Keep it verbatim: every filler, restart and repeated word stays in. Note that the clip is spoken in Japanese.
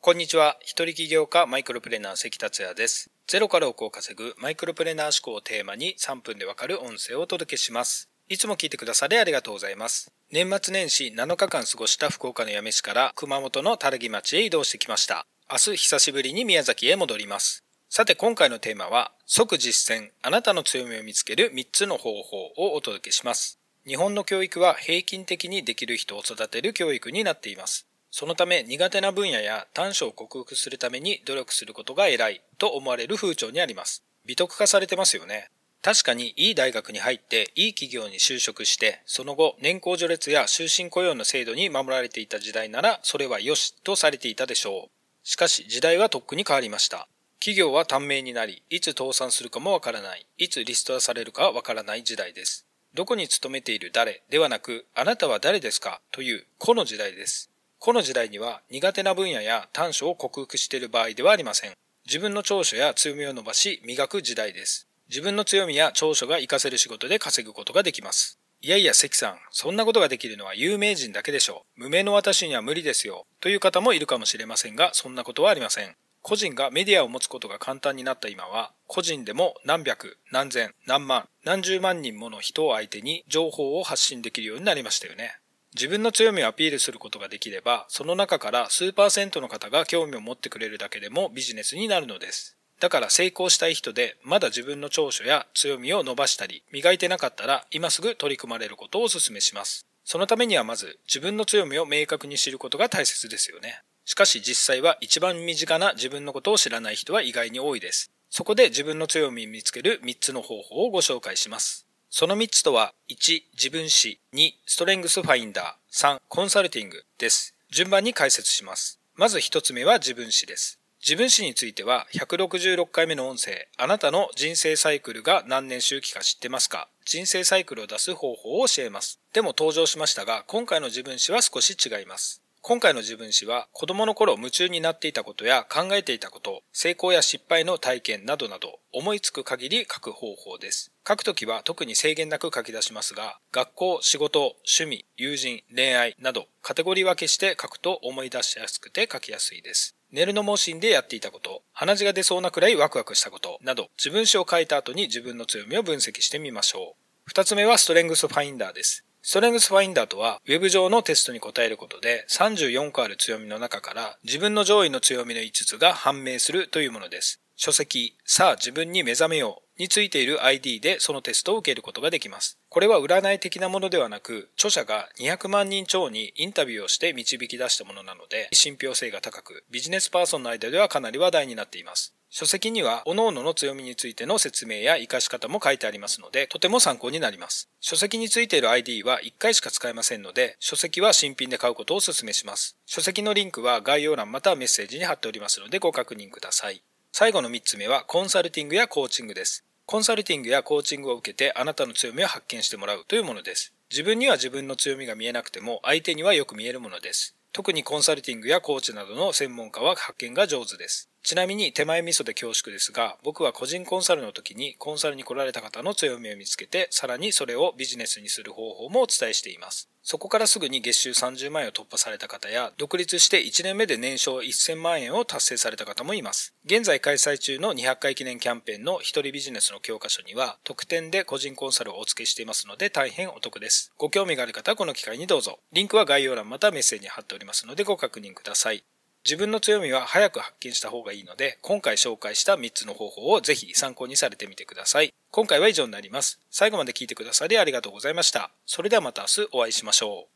こんにちは。一人起業家マイクロプレーナー関達也です。ゼロから億を稼ぐマイクロプレーナー思考をテーマにさんぷんでわかる音声をお届けします。いつも聞いてくださりありがとうございます。年末年始なのかかん過ごした福岡の八女市から熊本の多良木町へ移動してきました。明日久しぶりに宮崎へ戻ります。さて今回のテーマは即実践、あなたの強みを見つけるみっつの方法をお届けします。日本の教育は平均的にできる人を育てる教育になっています。そのため苦手な分野や短所を克服するために努力することが偉いと思われる風潮にあります。美徳化されてますよね。確かにいい大学に入っていい企業に就職してその後年功序列や終身雇用の制度に守られていた時代ならそれは良しとされていたでしょう。しかし時代はとっくに変わりました。企業は短命になりいつ倒産するかもわからない、いつリストラされるかわからない時代です。どこに勤めている誰ではなくあなたは誰ですかという個の時代です。この時代には苦手な分野や短所を克服している場合ではありません。自分の長所や強みを伸ばし磨く時代です。自分の強みや長所が活かせる仕事で稼ぐことができます。いやいや関さん、そんなことができるのは有名人だけでしょう。無名の私には無理ですよ。という方もいるかもしれませんが、そんなことはありません。個人がメディアを持つことが簡単になった今は、個人でも何百、何千、何万、何十万人もの人を相手に情報を発信できるようになりましたよね。自分の強みをアピールすることができれば、その中から数パーセントの方が興味を持ってくれるだけでもビジネスになるのです。だから成功したい人で、まだ自分の長所や強みを伸ばしたり、磨いてなかったら、今すぐ取り組まれることをお勧めします。そのためにはまず、自分の強みを明確に知ることが大切ですよね。しかし実際は一番身近な自分のことを知らない人は意外に多いです。そこで自分の強みを見つけるみっつの方法をご紹介します。そのみっつとは、いち、自分史、に、ストレングスファインダー、さん、コンサルティングです。順番に解説します。まずひとつめは自分史です。自分史についてはひゃくろくじゅうろっかいめの音声、あなたの人生サイクルが何年周期か知ってますか？人生サイクルを出す方法を教えます。でも登場しましたが、今回の自分史は少し違います。今回の自分史は子供の頃夢中になっていたことや考えていたこと、成功や失敗の体験などなど思いつく限り書く方法です。書くときは特に制限なく書き出しますが、学校、仕事、趣味、友人、恋愛などカテゴリー分けして書くと思い出しやすくて書きやすいです。寝るのも惜しんでやっていたこと、鼻血が出そうなくらいワクワクしたことなど自分史を書いた後に自分の強みを分析してみましょう。二つ目はストレングスファインダーです。ストレングスファインダーとは、ウェブ上のテストに答えることでさんじゅうよんこある強みの中から自分の上位の強みのいつつが判明するというものです。書籍、さあ自分に目覚めようについている アイディー でそのテストを受けることができます。これは占い的なものではなく、著者がにひゃくまんにん超にインタビューをして導き出したものなので、信憑性が高く、ビジネスパーソンの間ではかなり話題になっています。書籍には各々の強みについての説明や活かし方も書いてありますので、とても参考になります。書籍についている アイディー はいっかいしか使えませんので、書籍は新品で買うことをお勧めします。書籍のリンクは概要欄またはメッセージに貼っておりますのでご確認ください。最後のみっつめはコンサルティングやコーチングです。コンサルティングやコーチングを受けてあなたの強みを発見してもらうというものです。自分には自分の強みが見えなくても相手にはよく見えるものです。特にコンサルティングやコーチなどの専門家は発見が上手です。ちなみに手前味噌で恐縮ですが、僕は個人コンサルの時にコンサルに来られた方の強みを見つけて、さらにそれをビジネスにする方法もお伝えしています。そこからすぐに月収さんじゅうまんえんを突破された方や、独立していちねんめで年商せんまんえんを達成された方もいます。現在開催中のにひゃっかい記念キャンペーンの一人ビジネスの教科書には、特典で個人コンサルをお付けしていますので大変お得です。ご興味がある方はこの機会にどうぞ。リンクは概要欄またはメッセージに貼っておりますのでご確認ください。自分の強みは早く発見した方がいいので、今回紹介したみっつの方法をぜひ参考にされてみてください。今回は以上になります。最後まで聞いてくださりありがとうございました。それではまた明日お会いしましょう。